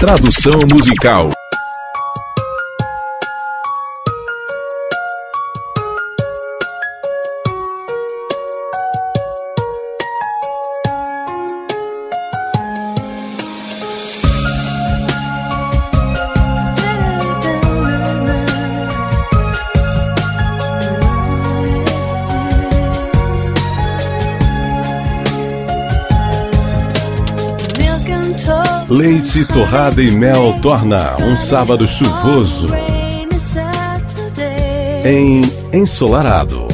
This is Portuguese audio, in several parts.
Tradução musical. Leite, torrada e mel torna um sábado chuvoso em ensolarado.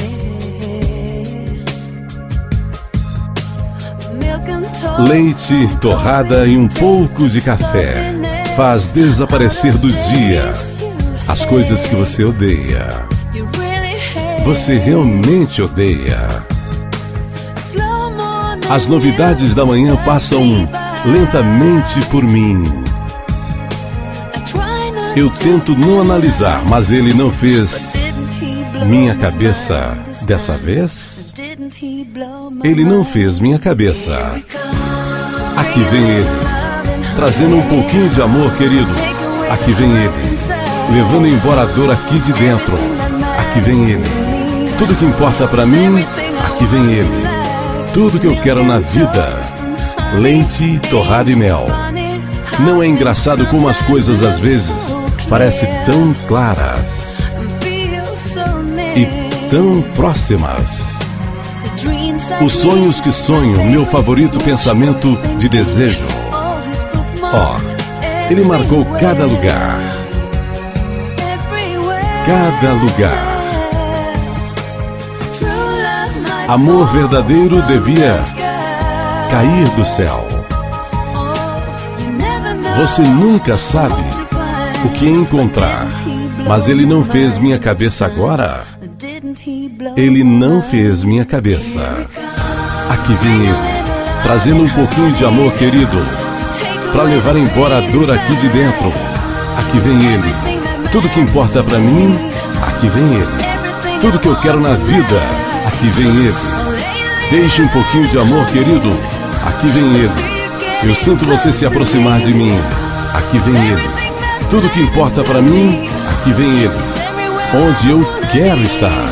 Leite, torrada e um pouco de café faz desaparecer do dia as coisas que você odeia. Você realmente odeia. As novidades da manhã passam lentamente por mim. Eu tento não analisar, mas ele não fez minha cabeça dessa vez? Ele não fez minha cabeça. Aqui vem ele, trazendo um pouquinho de amor, querido. Aqui vem ele, levando embora a dor aqui de dentro. Aqui vem ele. Tudo que importa pra mim, aqui vem ele. Tudo que eu quero na vida. Leite, torrada e mel. Não é engraçado como as coisas às vezes parecem tão claras e tão próximas. Os sonhos que sonho, meu favorito pensamento de desejo. Ele marcou cada lugar. Cada lugar. Amor verdadeiro devia cair do céu. Você nunca sabe o que encontrar, mas ele não fez minha cabeça agora. Ele não fez minha cabeça. Aqui vem ele, trazendo um pouquinho de amor, querido, para levar embora a dor aqui de dentro. Aqui vem ele. Tudo que importa pra mim, aqui vem ele. Tudo que eu quero na vida, aqui vem ele. Deixe um pouquinho de amor, querido. Aqui vem ele. Eu sinto você se aproximar de mim. Aqui vem ele. Tudo que importa pra mim, aqui vem ele. Onde eu quero estar.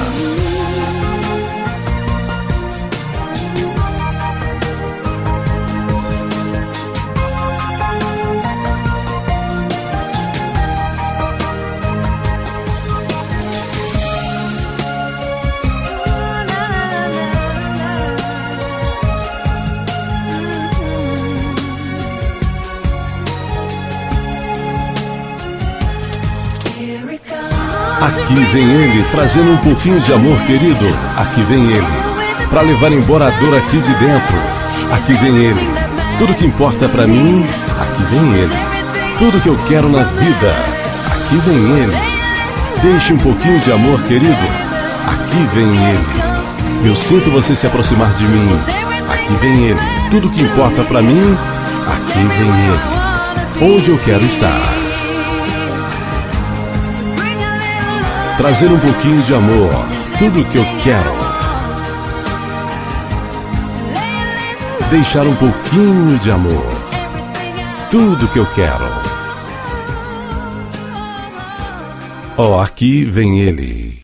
Aqui vem ele, trazendo um pouquinho de amor, querido. Aqui vem ele, para levar embora a dor aqui de dentro. Aqui vem ele. Tudo que importa pra mim, aqui vem ele. Tudo que eu quero na vida, aqui vem ele. Deixe um pouquinho de amor, querido. Aqui vem ele. Eu sinto você se aproximar de mim. Aqui vem ele. Tudo que importa pra mim, aqui vem ele. Onde eu quero estar. Trazer um pouquinho de amor, tudo que eu quero. Deixar um pouquinho de amor, tudo que eu quero. Aqui vem ele.